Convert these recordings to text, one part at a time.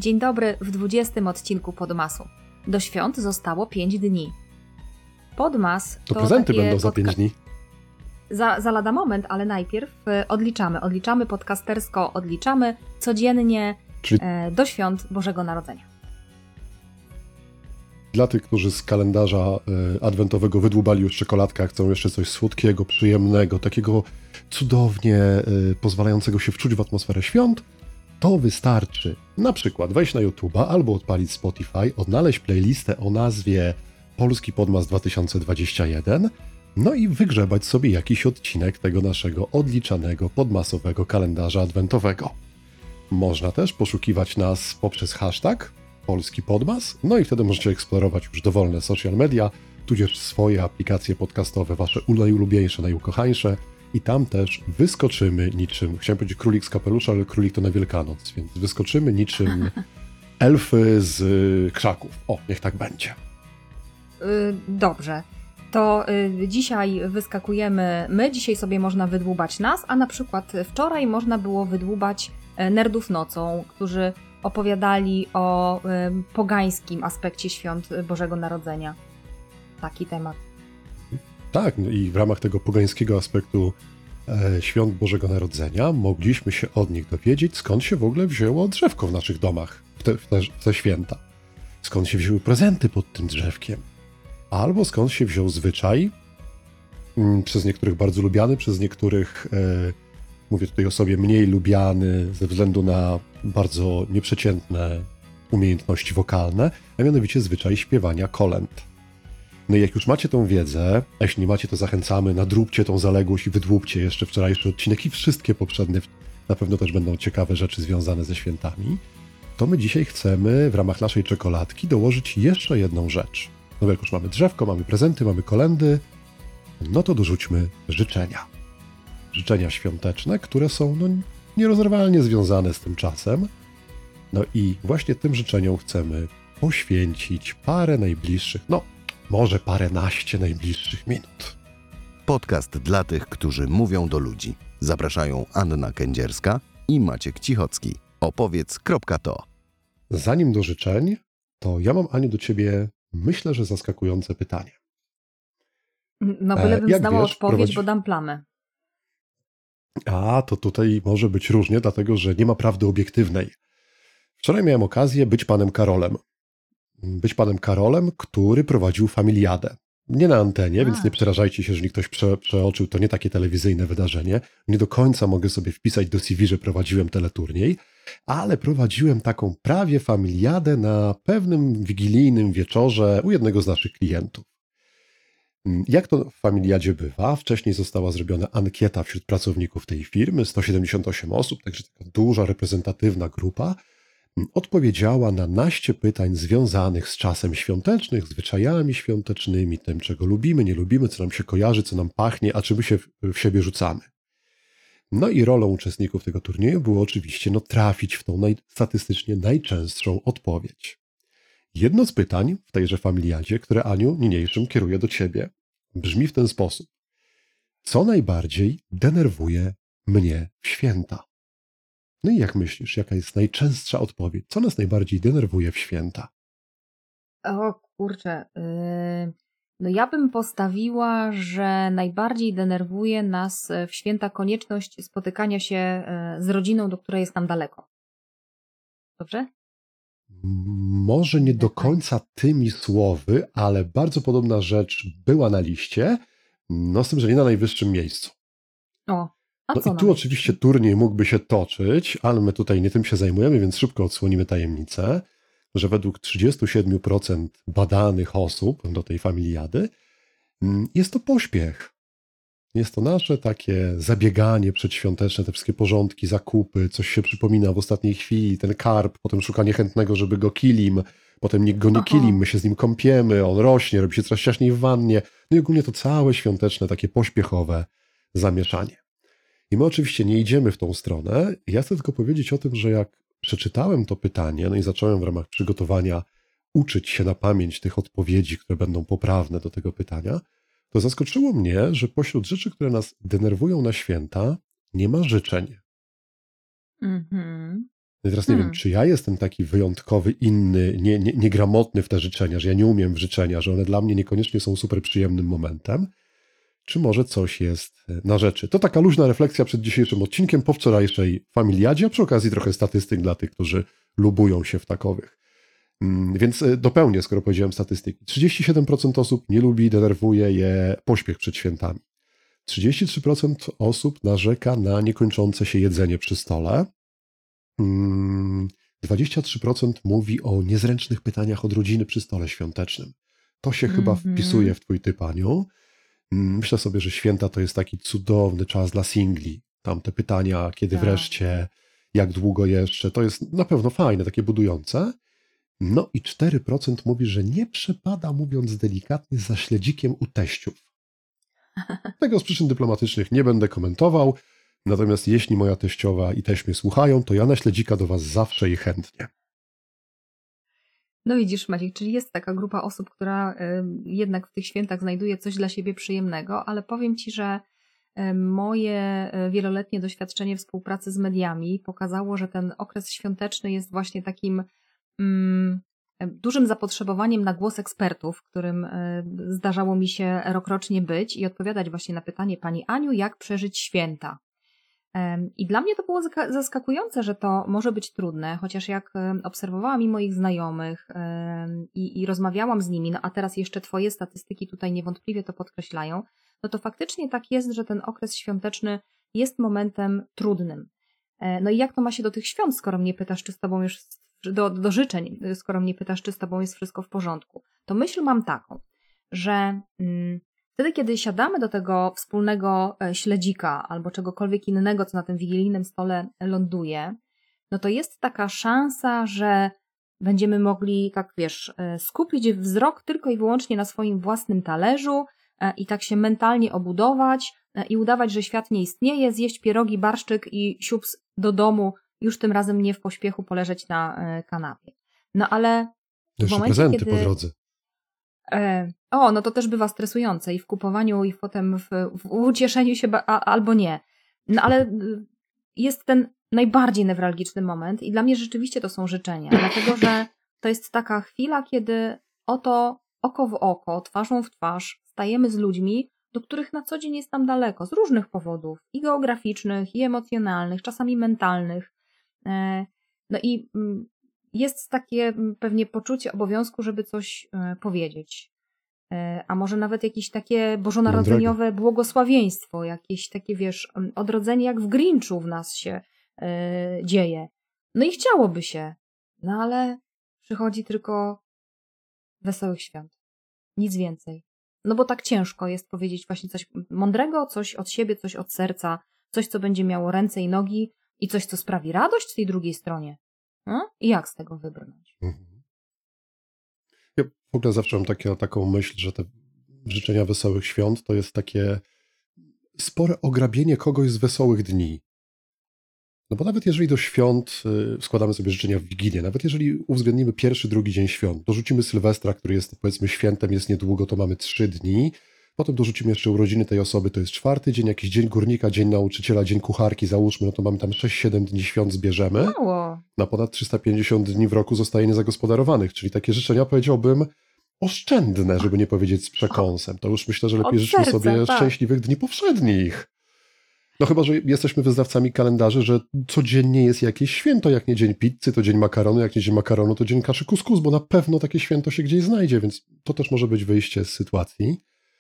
Dzień dobry w 20. odcinku Podmasu. Do świąt zostało 5 dni. Podmas to prezenty takie będą za 5 dni. Za lada moment, ale najpierw odliczamy podcastersko, odliczamy codziennie do świąt Bożego Narodzenia. Dla tych, którzy z kalendarza adwentowego wydłubali już czekoladkę, chcą jeszcze coś słodkiego, przyjemnego, takiego cudownie pozwalającego się wczuć w atmosferę świąt, to wystarczy na przykład wejść na YouTube'a albo odpalić Spotify, odnaleźć playlistę o nazwie Polski Podmas 2021, no i wygrzebać sobie jakiś odcinek tego naszego odliczanego podmasowego kalendarza adwentowego. Można też poszukiwać nas poprzez hashtag Polski Podmas, no i wtedy możecie eksplorować już dowolne social media, tudzież swoje aplikacje podcastowe, wasze najulubieńsze, najukochańsze i tam też wyskoczymy niczym, chciałem powiedzieć królik z kapelusza, ale królik to na Wielkanoc, więc wyskoczymy niczym elfy z krzaków. O, niech tak będzie. Dobrze. To dzisiaj wyskakujemy my, dzisiaj sobie można wydłubać nas, a na przykład wczoraj można było wydłubać nerdów nocą, którzy opowiadali o pogańskim aspekcie świąt Bożego Narodzenia. Taki temat. Tak, no i w ramach tego pogańskiego aspektu świąt Bożego Narodzenia mogliśmy się od nich dowiedzieć, skąd się w ogóle wzięło drzewko w naszych domach w te święta. Skąd się wzięły prezenty pod tym drzewkiem. Albo skąd się wziął zwyczaj, przez niektórych bardzo lubiany, przez niektórych, mówię tutaj o sobie, mniej lubiany ze względu na bardzo nieprzeciętne umiejętności wokalne, a mianowicie zwyczaj śpiewania kolęd. No i jak już macie tą wiedzę, a jeśli nie macie, to zachęcamy, nadróbcie tą zaległość i wydłubcie jeszcze wczorajszy odcinek i wszystkie poprzednie, na pewno też będą ciekawe rzeczy związane ze świętami, to my dzisiaj chcemy w ramach naszej czekoladki dołożyć jeszcze jedną rzecz. No jak już mamy drzewko, mamy prezenty, mamy kolędy, no to dorzućmy życzenia. Życzenia świąteczne, które są nierozerwalnie związane z tym czasem. No i właśnie tym życzeniom chcemy poświęcić parę najbliższych, może paręnaście najbliższych minut. Podcast dla tych, którzy mówią do ludzi. Zapraszają Anna Kędzierska i Maciek Cichocki. Opowiedz.to. Zanim do życzeń, to ja mam, Aniu, do ciebie, myślę, że zaskakujące pytanie. No bylebym znała odpowiedź, bo dam plamę. A, to tutaj może być różnie, dlatego że nie ma prawdy obiektywnej. Wczoraj miałem okazję być panem Karolem. Być panem Karolem, który prowadził familiadę. Nie na antenie, więc nie przerażajcie się, że ktoś przeoczył, to nie takie telewizyjne wydarzenie. Nie do końca mogę sobie wpisać do CV, że prowadziłem teleturniej, ale prowadziłem taką prawie familiadę na pewnym wigilijnym wieczorze u jednego z naszych klientów. Jak to w familiadzie bywa, wcześniej została zrobiona ankieta wśród pracowników tej firmy, 178 osób, także taka duża, reprezentatywna grupa, odpowiedziała na naście pytań związanych z czasem świątecznym, zwyczajami świątecznymi, tym, czego lubimy, nie lubimy, co nam się kojarzy, co nam pachnie, a czy my się w siebie rzucamy. No i rolą uczestników tego turnieju było oczywiście trafić w tą statystycznie najczęstszą odpowiedź. Jedno z pytań w tejże familiadzie, które, Aniu, niniejszym kieruję do ciebie, brzmi w ten sposób. Co najbardziej denerwuje mnie w święta? No i jak myślisz, jaka jest najczęstsza odpowiedź? Co nas najbardziej denerwuje w święta? O kurczę, no ja bym postawiła, że najbardziej denerwuje nas w święta konieczność spotykania się z rodziną, do której jest nam daleko. Dobrze? Może nie do końca tymi słowy, ale bardzo podobna rzecz była na liście, z tym, że nie na najwyższym miejscu. I tu oczywiście turniej mógłby się toczyć, ale my tutaj nie tym się zajmujemy, więc szybko odsłonimy tajemnicę, że według 37% badanych osób do tej familiady jest to pośpiech. Jest to nasze takie zabieganie przedświąteczne, te wszystkie porządki, zakupy, coś się przypomina w ostatniej chwili, ten karp, potem szukanie chętnego, żeby go kilim, potem nikt go nie kilim, my się z nim kąpiemy, on rośnie, robi się coraz ciaśniej w wannie. No i ogólnie to całe świąteczne, takie pośpiechowe zamieszanie. I my oczywiście nie idziemy w tą stronę. Ja chcę tylko powiedzieć o tym, że jak przeczytałem to pytanie, i zacząłem w ramach przygotowania uczyć się na pamięć tych odpowiedzi, które będą poprawne do tego pytania, to zaskoczyło mnie, że pośród rzeczy, które nas denerwują na święta, nie ma życzeń. No i teraz nie wiem, czy ja jestem taki wyjątkowy, inny, niegramotny w te życzenia, że ja nie umiem w życzenia, że one dla mnie niekoniecznie są super przyjemnym momentem, czy może coś jest na rzeczy. To taka luźna refleksja przed dzisiejszym odcinkiem po wczorajszej familiadzie, a przy okazji trochę statystyk dla tych, którzy lubują się w takowych. Więc dopełnię, skoro powiedziałem statystyki. 37% osób nie lubi, denerwuje je pośpiech przed świętami. 33% osób narzeka na niekończące się jedzenie przy stole. 23% mówi o niezręcznych pytaniach od rodziny przy stole świątecznym. To się chyba wpisuje w twój typ, Aniu. Myślę sobie, że święta to jest taki cudowny czas dla singli. Tam te pytania, kiedy wreszcie, jak długo jeszcze, to jest na pewno fajne, takie budujące. No i 4% mówi, że nie przepada, mówiąc delikatnie, za śledzikiem u teściów. Tego z przyczyn dyplomatycznych nie będę komentował, natomiast jeśli moja teściowa i teść mnie słuchają, to ja na śledzika do was zawsze i chętnie. No widzisz, Maciek, czyli jest taka grupa osób, która jednak w tych świętach znajduje coś dla siebie przyjemnego, ale powiem ci, że moje wieloletnie doświadczenie współpracy z mediami pokazało, że ten okres świąteczny jest właśnie takim dużym zapotrzebowaniem na głos ekspertów, w którym zdarzało mi się rokrocznie być i odpowiadać właśnie na pytanie pani Aniu, jak przeżyć święta. I dla mnie to było zaskakujące, że to może być trudne, chociaż jak obserwowałam i moich znajomych i rozmawiałam z nimi, no a teraz jeszcze twoje statystyki tutaj niewątpliwie to podkreślają, no to faktycznie tak jest, że ten okres świąteczny jest momentem trudnym. No i jak to ma się do tych świąt, skoro mnie pytasz, czy z tobą już, do życzeń, skoro mnie pytasz, czy z tobą jest wszystko w porządku? To myśl mam taką, że wtedy, kiedy siadamy do tego wspólnego śledzika albo czegokolwiek innego, co na tym wigilijnym stole ląduje, no to jest taka szansa, że będziemy mogli, tak wiesz, skupić wzrok tylko i wyłącznie na swoim własnym talerzu i tak się mentalnie obudować i udawać, że świat nie istnieje, zjeść pierogi, barszczyk i siups do domu, już tym razem nie w pośpiechu poleżeć na kanapie. No ale w Jeszcze momencie, prezenty kiedy... po drodze. No to też bywa stresujące i w kupowaniu, i potem w ucieszeniu się, albo nie. No ale jest ten najbardziej newralgiczny moment i dla mnie rzeczywiście to są życzenia, dlatego że to jest taka chwila, kiedy oto oko w oko, twarzą w twarz stajemy z ludźmi, do których na co dzień jest nam daleko, z różnych powodów, i geograficznych, i emocjonalnych, czasami mentalnych. No i jest takie pewnie poczucie obowiązku, żeby coś powiedzieć. A może nawet jakieś takie bożonarodzeniowe błogosławieństwo, jakieś takie, wiesz, odrodzenie jak w Grinchu w nas się dzieje. No i chciałoby się, no ale przychodzi tylko wesołych świąt. Nic więcej. No bo tak ciężko jest powiedzieć właśnie coś mądrego, coś od siebie, coś od serca, coś, co będzie miało ręce i nogi i coś, co sprawi radość tej drugiej stronie. I jak z tego wybrnąć? Ja w ogóle zawsze mam taką myśl, że te życzenia wesołych świąt to jest takie spore ograbienie kogoś z wesołych dni. No bo nawet jeżeli do świąt składamy sobie życzenia w Wigilię, nawet jeżeli uwzględnimy pierwszy, drugi dzień świąt, dorzucimy Sylwestra, który jest powiedzmy świętem, jest niedługo, to mamy 3 dni, potem dorzucimy jeszcze urodziny tej osoby, to jest 4. dzień, jakiś dzień górnika, dzień nauczyciela, dzień kucharki, załóżmy, no to mamy tam 6-7 dni świąt zbierzemy. Mało. Na ponad 350 dni w roku zostaje niezagospodarowanych, czyli takie życzenia, powiedziałbym, oszczędne, żeby nie powiedzieć z przekąsem. To już myślę, że lepiej życzmy sobie szczęśliwych dni powszednich. No chyba, że jesteśmy wyznawcami kalendarzy, że codziennie jest jakieś święto, jak nie dzień pizzy, to dzień makaronu, jak nie dzień makaronu, to dzień kaszy kuskus, bo na pewno takie święto się gdzieś znajdzie, więc to też może być wyjście z sytuacji.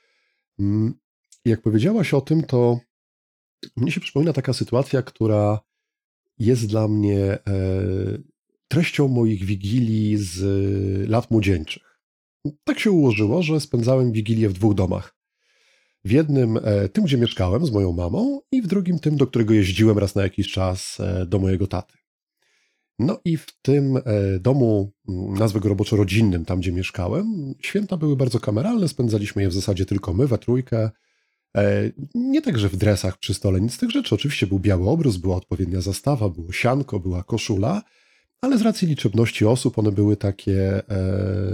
Jak powiedziałaś o tym, to mnie się przypomina taka sytuacja, która jest dla mnie treścią moich wigilii z lat młodzieńczych. Tak się ułożyło, że spędzałem wigilię w 2 domach. W jednym tym, gdzie mieszkałem z moją mamą i w drugim tym, do którego jeździłem raz na jakiś czas do mojego taty. No i w tym domu, nazwę go roboczo rodzinnym, tam gdzie mieszkałem, święta były bardzo kameralne, spędzaliśmy je w zasadzie tylko my we trójkę. Nie tak, że w dresach przy stole, nic z tych rzeczy. Oczywiście był biały obrus, była odpowiednia zastawa, było sianko, była koszula, ale z racji liczebności osób one były takie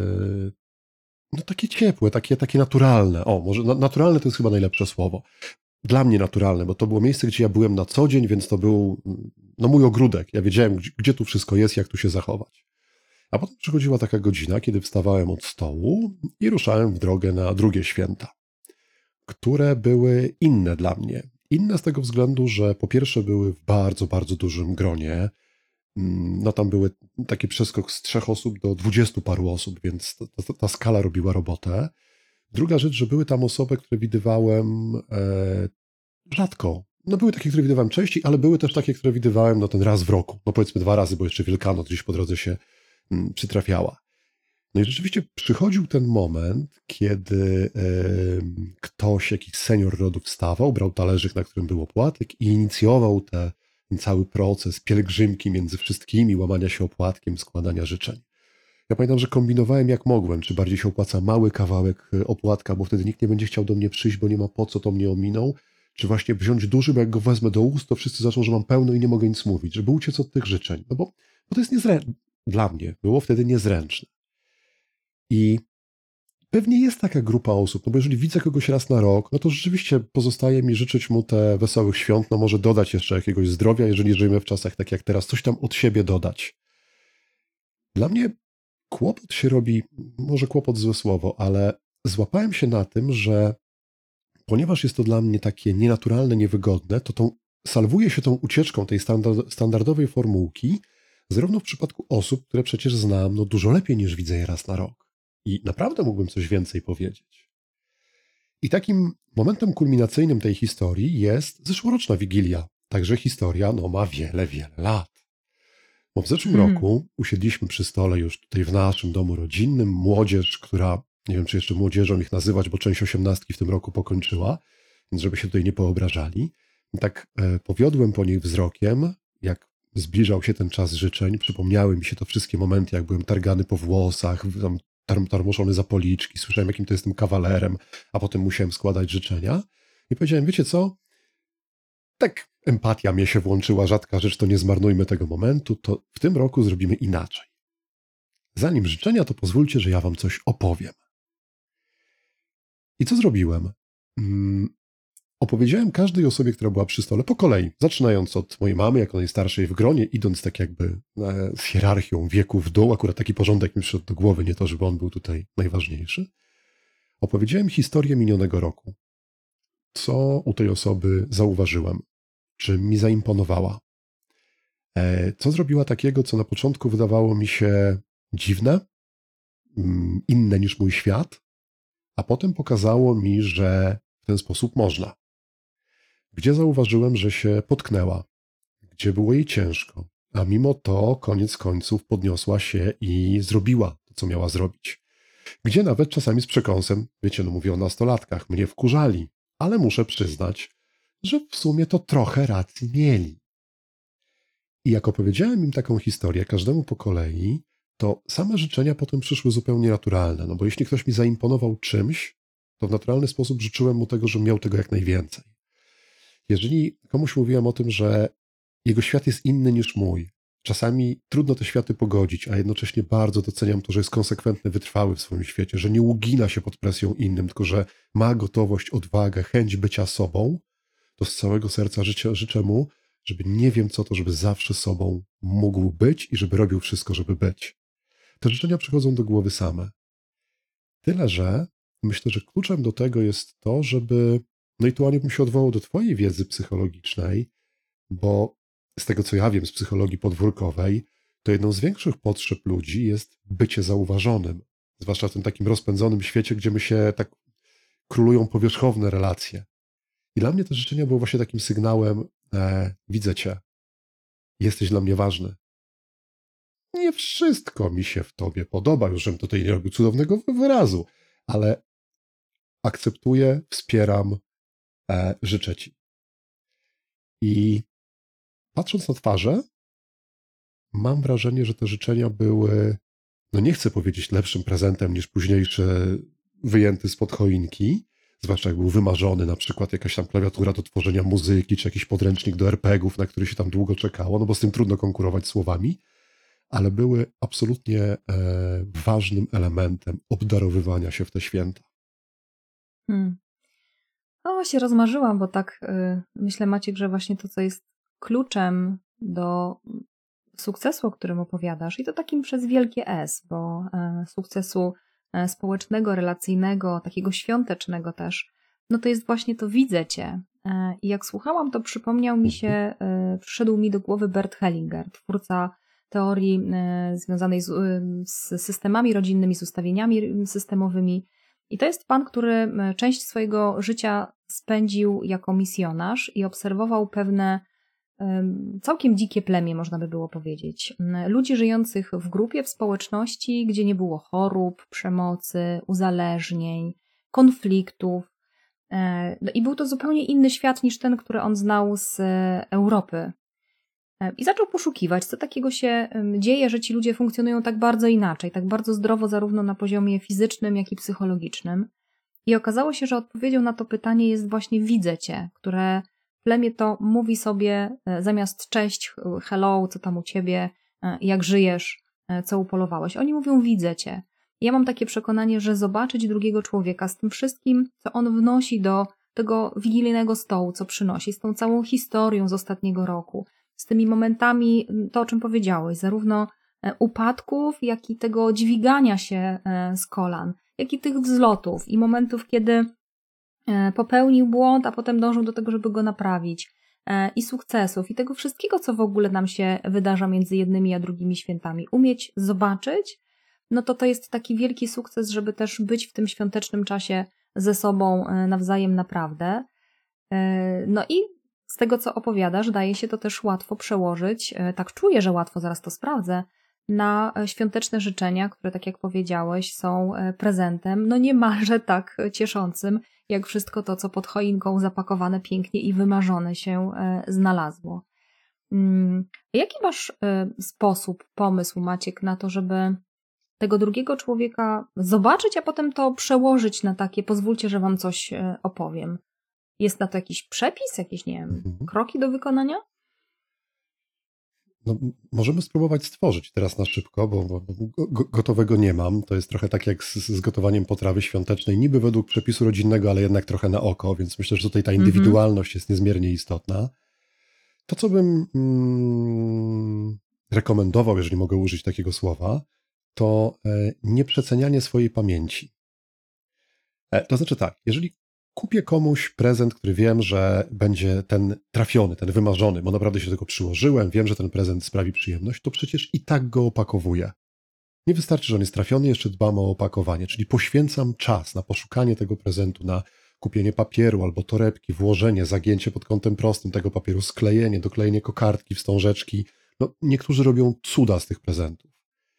no takie ciepłe, takie naturalne. O, może naturalne to jest chyba najlepsze słowo. dla mnie naturalne, bo to było miejsce, gdzie ja byłem na co dzień, więc to był mój ogródek. Ja wiedziałem, gdzie tu wszystko jest, jak tu się zachować. A potem przychodziła taka godzina, kiedy wstawałem od stołu i ruszałem w drogę na drugie święta, które były inne dla mnie. Inne z tego względu, że po pierwsze były w bardzo, bardzo dużym gronie. Tam były taki przeskok z 3 osób do 20 paru osób, więc ta skala robiła robotę. Druga rzecz, że były tam osoby, które widywałem rzadko. Były takie, które widywałem częściej, ale były też takie, które widywałem ten raz w roku. Powiedzmy 2 razy, bo jeszcze Wielkanoc gdzieś po drodze się przytrafiała. No i rzeczywiście przychodził ten moment, kiedy ktoś, jakiś senior rodu wstawał, brał talerzyk, na którym był opłatek i inicjował ten cały proces pielgrzymki między wszystkimi, łamania się opłatkiem, składania życzeń. Ja pamiętam, że kombinowałem jak mogłem, czy bardziej się opłaca mały kawałek opłatka, bo wtedy nikt nie będzie chciał do mnie przyjść, bo nie ma po co, to mnie ominął, czy właśnie wziąć duży, bo jak go wezmę do ust, to wszyscy zaczną, że mam pełno i nie mogę nic mówić, żeby uciec od tych życzeń. Bo to jest niezręczne. Dla mnie było wtedy niezręczne. I pewnie jest taka grupa osób, bo jeżeli widzę kogoś raz na rok, to rzeczywiście pozostaje mi życzyć mu te wesołych świąt, może dodać jeszcze jakiegoś zdrowia, jeżeli żyjemy w czasach tak jak teraz, coś tam od siebie dodać. Dla mnie kłopot się robi, może kłopot złe słowo, ale złapałem się na tym, że ponieważ jest to dla mnie takie nienaturalne, niewygodne, to salwuję się tą ucieczką tej standardowej formułki, zarówno w przypadku osób, które przecież znam dużo lepiej niż widzę je raz na rok. I naprawdę mógłbym coś więcej powiedzieć. I takim momentem kulminacyjnym tej historii jest zeszłoroczna Wigilia. Także historia ma wiele, wiele lat. Bo w zeszłym roku usiedliśmy przy stole już tutaj w naszym domu rodzinnym. Młodzież, która, nie wiem czy jeszcze młodzieżą ich nazywać, bo część 18 w tym roku pokończyła, więc żeby się tutaj nie poobrażali. I tak powiodłem po nich wzrokiem, jak zbliżał się ten czas życzeń. Przypomniały mi się to wszystkie momenty, jak byłem targany po włosach, tarmoszony za policzki, słyszałem, jakim to jestem kawalerem, a potem musiałem składać życzenia. I powiedziałem, wiecie co? Tak empatia mnie się włączyła, rzadka rzecz, to nie zmarnujmy tego momentu, to w tym roku zrobimy inaczej. Zanim życzenia, to pozwólcie, że ja wam coś opowiem. I co zrobiłem? Opowiedziałem każdej osobie, która była przy stole po kolei, zaczynając od mojej mamy, jako najstarszej w gronie, idąc tak jakby z hierarchią wieku w dół, akurat taki porządek mi przyszedł do głowy, nie to, żeby on był tutaj najważniejszy. Opowiedziałem historię minionego roku. Co u tej osoby zauważyłem? Czym mi zaimponowała? Co zrobiła takiego, co na początku wydawało mi się dziwne, inne niż mój świat, a potem pokazało mi, że w ten sposób można. Gdzie zauważyłem, że się potknęła, gdzie było jej ciężko, a mimo to koniec końców podniosła się i zrobiła to, co miała zrobić. Gdzie nawet czasami z przekąsem, wiecie, mówię o nastolatkach, mnie wkurzali, ale muszę przyznać, że w sumie to trochę racji mieli. I jak opowiedziałem im taką historię, każdemu po kolei, to same życzenia potem przyszły zupełnie naturalne, bo jeśli ktoś mi zaimponował czymś, to w naturalny sposób życzyłem mu tego, że miał tego jak najwięcej. Jeżeli komuś mówiłem o tym, że jego świat jest inny niż mój, czasami trudno te światy pogodzić, a jednocześnie bardzo doceniam to, że jest konsekwentny, wytrwały w swoim świecie, że nie ugina się pod presją innym, tylko że ma gotowość, odwagę, chęć bycia sobą, to z całego serca życzę mu, żeby nie wiem co to, żeby zawsze sobą mógł być i żeby robił wszystko, żeby być. Te życzenia przychodzą do głowy same. Tyle, że myślę, że kluczem do tego jest to, żeby, i tu Aniu bym się odwołał do twojej wiedzy psychologicznej, bo z tego co ja wiem z psychologii podwórkowej, to jedną z większych potrzeb ludzi jest bycie zauważonym. Zwłaszcza w tym takim rozpędzonym świecie, gdzie my się tak królują powierzchowne relacje. I dla mnie te życzenia były właśnie takim sygnałem, widzę cię, jesteś dla mnie ważny. Nie wszystko mi się w tobie podoba, już żebym tutaj nie robił cudownego wyrazu, ale akceptuję, wspieram, życzę ci. I patrząc na twarze, mam wrażenie, że te życzenia były, nie chcę powiedzieć lepszym prezentem niż późniejszy wyjęty spod choinki, zwłaszcza jak był wymarzony na przykład jakaś tam klawiatura do tworzenia muzyki, czy jakiś podręcznik do RPG-ów, na który się tam długo czekało, bo z tym trudno konkurować słowami, ale były absolutnie ważnym elementem obdarowywania się w te święta. O, się rozmarzyłam, bo tak myślę, Maciek, że właśnie to, co jest kluczem do sukcesu, o którym opowiadasz, i to takim przez wielkie S, bo sukcesu społecznego, relacyjnego, takiego świątecznego też, no to jest właśnie to widzę cię. I jak słuchałam, to przyszedł mi do głowy Bert Hellinger, twórca teorii związanej z systemami rodzinnymi, z ustawieniami systemowymi. I to jest pan, który część swojego życia spędził jako misjonarz i obserwował pewne całkiem dzikie plemię, można by było powiedzieć. Ludzi żyjących w grupie, w społeczności, gdzie nie było chorób, przemocy, uzależnień, konfliktów. No i był to zupełnie inny świat niż ten, który on znał z Europy. I zaczął poszukiwać, co takiego się dzieje, że ci ludzie funkcjonują tak bardzo inaczej, tak bardzo zdrowo zarówno na poziomie fizycznym, jak i psychologicznym. I okazało się, że odpowiedzią na to pytanie jest właśnie widzę cię, które plemię to mówi sobie zamiast cześć, hello, co tam u ciebie, jak żyjesz, co upolowałeś. Oni mówią widzę cię. Ja mam takie przekonanie, że zobaczyć drugiego człowieka z tym wszystkim, co on wnosi do tego wigilijnego stołu, co przynosi, z tą całą historią z ostatniego roku, z tymi momentami, to o czym powiedziałeś, zarówno upadków, jak i tego dźwigania się z kolan, jak i tych wzlotów i momentów, kiedy popełnił błąd, a potem dążył do tego, żeby go naprawić, i sukcesów, i tego wszystkiego, co w ogóle nam się wydarza między jednymi a drugimi świętami. Umieć zobaczyć, no to jest taki wielki sukces, żeby też być w tym świątecznym czasie ze sobą nawzajem naprawdę. No i z tego, co opowiadasz, daje się to też łatwo przełożyć, tak czuję, że łatwo, zaraz to sprawdzę, na świąteczne życzenia, które, tak jak powiedziałeś, są prezentem, no niemalże tak cieszącym, jak wszystko to, co pod choinką zapakowane pięknie i wymarzone się znalazło. Jaki masz sposób, pomysł, Maciek, na to, żeby tego drugiego człowieka zobaczyć, a potem to przełożyć na takie, pozwólcie, że wam coś opowiem? Jest na to jakiś przepis, jakieś, nie wiem, kroki do wykonania? No, możemy spróbować stworzyć teraz na szybko, bo gotowego nie mam. To jest trochę tak jak z gotowaniem potrawy świątecznej, niby według przepisu rodzinnego, ale jednak trochę na oko, więc myślę, że tutaj ta indywidualność jest niezmiernie istotna. To, co bym rekomendował, jeżeli mogę użyć takiego słowa, to nieprzecenianie swojej pamięci. To znaczy tak, jeżeli kupię komuś prezent, który wiem, że będzie ten trafiony, ten wymarzony, bo naprawdę się do tego przyłożyłem, wiem, że ten prezent sprawi przyjemność, to przecież i tak go opakowuję. Nie wystarczy, że on jest trafiony, jeszcze dbam o opakowanie, czyli poświęcam czas na poszukanie tego prezentu, na kupienie papieru albo torebki, włożenie, zagięcie pod kątem prostym tego papieru, sklejenie, doklejenie kokardki, wstążeczki. No, niektórzy robią cuda z tych prezentów.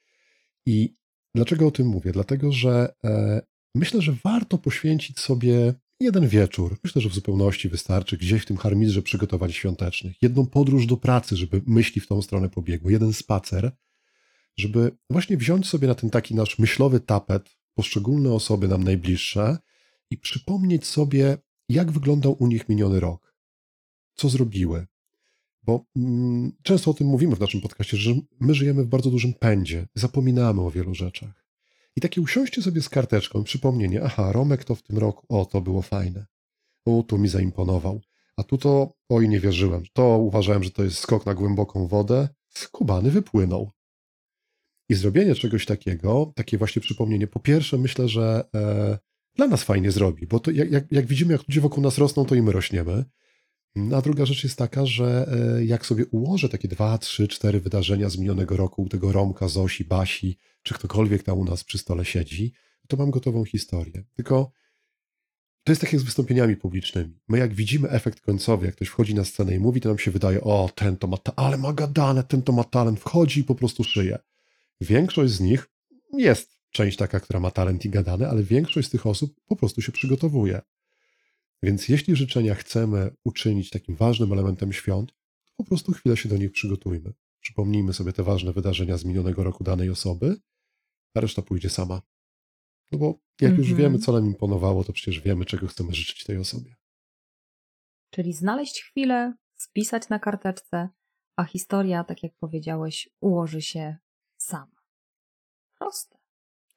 I dlaczego o tym mówię? Dlatego, że myślę, że warto poświęcić sobie jeden wieczór, myślę, że w zupełności wystarczy, gdzieś w tym harmizrze przygotowań świątecznych, jedną podróż do pracy, żeby myśli w tą stronę pobiegły, jeden spacer, żeby właśnie wziąć sobie na ten taki nasz myślowy tapet poszczególne osoby nam najbliższe i przypomnieć sobie, jak wyglądał u nich miniony rok, co zrobiły. Bo często o tym mówimy w naszym podcaście, że my żyjemy w bardzo dużym pędzie, zapominamy o wielu rzeczach. I takie usiąście sobie z karteczką, przypomnienie, aha, Romek to w tym roku, o, to było fajne, o, tu mi zaimponował, a tu to, oj, nie wierzyłem, to uważałem, że to jest skok na głęboką wodę, skubany wypłynął. I zrobienie czegoś takiego, takie właśnie przypomnienie, po pierwsze myślę, że dla nas fajnie zrobi, bo to jak widzimy, jak ludzie wokół nas rosną, to i my rośniemy. A druga rzecz jest taka, że jak sobie ułożę takie 2, 3, 4 wydarzenia z minionego roku u tego Romka, Zosi, Basi, czy ktokolwiek tam u nas przy stole siedzi, to mam gotową historię. Tylko to jest tak jak z wystąpieniami publicznymi. My jak widzimy efekt końcowy, jak ktoś wchodzi na scenę i mówi, to nam się wydaje, o, ten to ma, ale ma gadane, ten to ma talent, wchodzi i po prostu szyje. Większość z nich jest część taka, która ma talent i gadane, ale większość z tych osób po prostu się przygotowuje. Więc jeśli życzenia chcemy uczynić takim ważnym elementem świąt, to po prostu chwilę się do nich przygotujmy. Przypomnijmy sobie te ważne wydarzenia z minionego roku danej osoby, a reszta pójdzie sama. No bo jak już wiemy, co nam imponowało, to przecież wiemy, czego chcemy życzyć tej osobie. Czyli znaleźć chwilę, spisać na karteczce, a historia, tak jak powiedziałeś, ułoży się sama. Proste.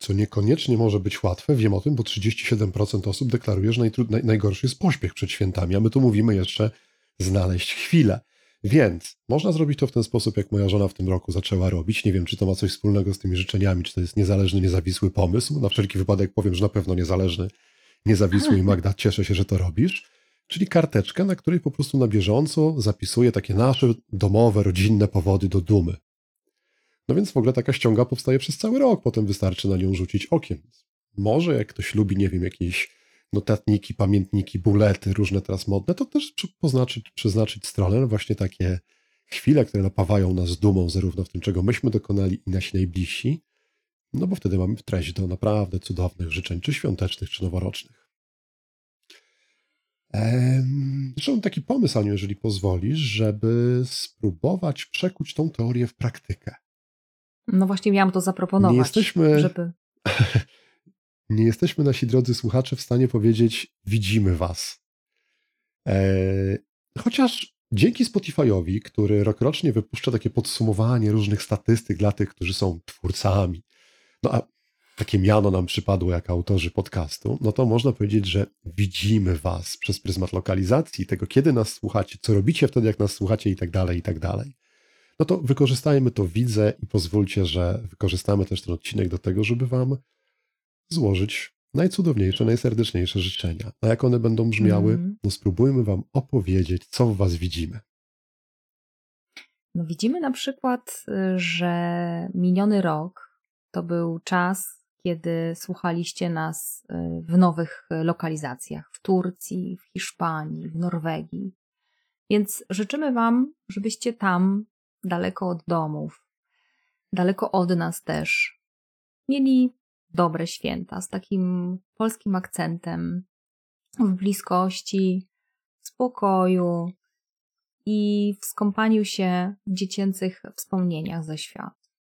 co niekoniecznie może być łatwe. Wiem o tym, bo 37% osób deklaruje, że najgorszy jest pośpiech przed świętami, a my tu mówimy jeszcze znaleźć chwilę. Więc można zrobić to w ten sposób, jak moja żona w tym roku zaczęła robić. Nie wiem, czy to ma coś wspólnego z tymi życzeniami, czy to jest niezależny, niezawisły pomysł. Na wszelki wypadek powiem, że na pewno niezależny, niezawisły i Magda, cieszę się, że to robisz. Czyli karteczkę, na której po prostu na bieżąco zapisuję takie nasze domowe, rodzinne powody do dumy. No więc w ogóle taka ściąga powstaje przez cały rok, potem wystarczy na nią rzucić okiem. Może jak ktoś lubi, nie wiem, jakieś notatniki, pamiętniki, bulety, różne teraz modne, to też przeznaczyć stronę na właśnie takie chwile, które napawają nas dumą zarówno w tym, czego myśmy dokonali i nasi najbliżsi, no bo wtedy mamy treść do naprawdę cudownych życzeń, czy świątecznych, czy noworocznych. Zresztą mam taki pomysł, Aniu, jeżeli pozwolisz, żeby spróbować przekuć tą teorię w praktykę. No właśnie miałam to zaproponować, żeby... Nie jesteśmy, nasi drodzy słuchacze, w stanie powiedzieć, widzimy was. Chociaż dzięki Spotify'owi, który rokrocznie wypuszcza takie podsumowanie różnych statystyk dla tych, którzy są twórcami, no a takie miano nam przypadło jak autorzy podcastu, no to można powiedzieć, że widzimy was przez pryzmat lokalizacji, tego kiedy nas słuchacie, co robicie wtedy, jak nas słuchacie i tak dalej, i tak dalej. No to wykorzystajmy to widzę i pozwólcie, że wykorzystamy też ten odcinek do tego, żeby wam złożyć najcudowniejsze, najserdeczniejsze życzenia. A jak one będą brzmiały, no spróbujmy wam opowiedzieć, co w was widzimy. No widzimy na przykład, że miniony rok to był czas, kiedy słuchaliście nas w nowych lokalizacjach, w Turcji, w Hiszpanii, w Norwegii. Więc życzymy wam, żebyście tam, daleko od domów, daleko od nas też, mieli dobre święta z takim polskim akcentem, w bliskości, w spokoju i w skąpaniu się w dziecięcych wspomnieniach ze świata.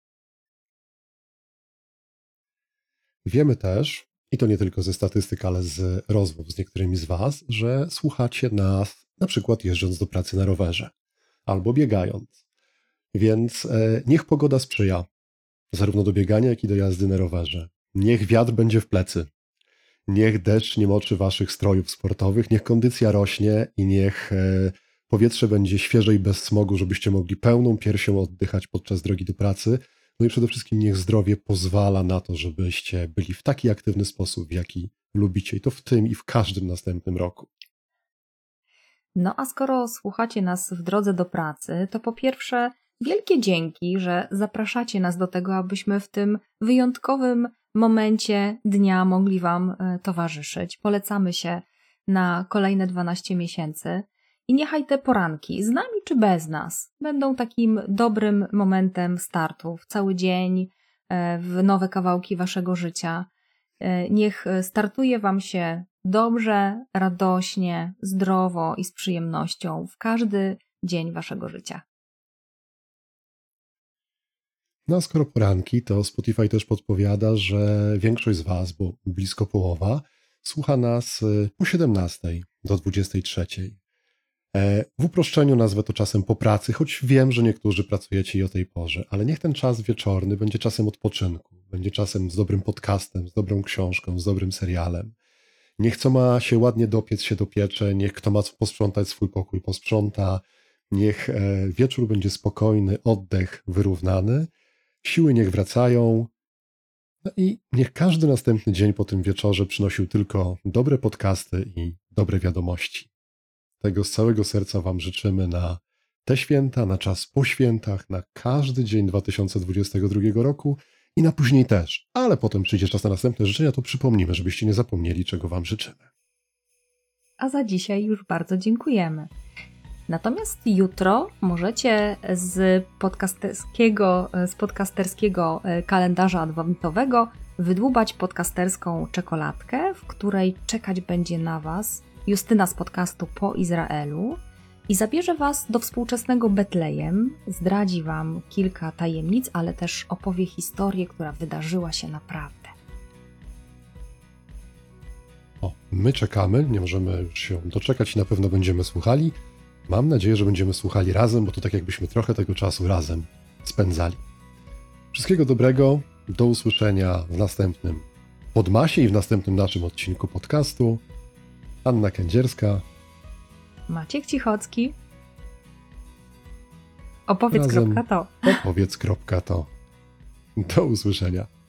Wiemy też, i to nie tylko ze statystyk, ale z rozmów z niektórymi z was, że słuchacie nas na przykład jeżdżąc do pracy na rowerze albo biegając. Więc niech pogoda sprzyja zarówno do biegania, jak i do jazdy na rowerze. Niech wiatr będzie w plecy. Niech deszcz nie moczy waszych strojów sportowych, niech kondycja rośnie i niech powietrze będzie świeże i bez smogu, żebyście mogli pełną piersią oddychać podczas drogi do pracy. No i przede wszystkim niech zdrowie pozwala na to, żebyście byli w taki aktywny sposób, w jaki lubicie i to w tym i w każdym następnym roku. No a skoro słuchacie nas w drodze do pracy, to po pierwsze wielkie dzięki, że zapraszacie nas do tego, abyśmy w tym wyjątkowym momencie dnia mogli wam towarzyszyć. Polecamy się na kolejne 12 miesięcy i niechaj te poranki, z nami czy bez nas, będą takim dobrym momentem startu w cały dzień, w nowe kawałki waszego życia. Niech startuje wam się dobrze, radośnie, zdrowo i z przyjemnością w każdy dzień waszego życia. No a skoro poranki, to Spotify też podpowiada, że większość z was, bo blisko połowa, słucha nas po 17 do 23. W uproszczeniu nazwę to czasem po pracy, choć wiem, że niektórzy pracujecie i o tej porze, ale niech ten czas wieczorny będzie czasem odpoczynku, będzie czasem z dobrym podcastem, z dobrą książką, z dobrym serialem. Niech co ma się ładnie dopiec, się dopiecze, niech kto ma co posprzątać swój pokój, posprząta, niech wieczór będzie spokojny, oddech wyrównany, siły niech wracają, no i niech każdy następny dzień po tym wieczorze przynosił tylko dobre podcasty i dobre wiadomości. Tego z całego serca wam życzymy na te święta, na czas po świętach, na każdy dzień 2022 roku i na później też. Ale potem przyjdzie czas na następne życzenia, to przypomnimy, żebyście nie zapomnieli, czego wam życzymy. A za dzisiaj już bardzo dziękujemy. Natomiast jutro możecie z podcasterskiego kalendarza adwentowego wydłubać podcasterską czekoladkę, w której czekać będzie na was Justyna z podcastu Po Izraelu i zabierze was do współczesnego Betlejem, zdradzi wam kilka tajemnic, ale też opowie historię, która wydarzyła się naprawdę. My czekamy, nie możemy już się doczekać i na pewno będziemy słuchali. Mam nadzieję, że będziemy słuchali razem, bo to tak jakbyśmy trochę tego czasu razem spędzali. Wszystkiego dobrego, Do usłyszenia w następnym Podmasie i w następnym naszym odcinku podcastu. Anna Kędzierska. Maciek Cichocki. Opowiedz.to. Opowiedz.to. Do usłyszenia.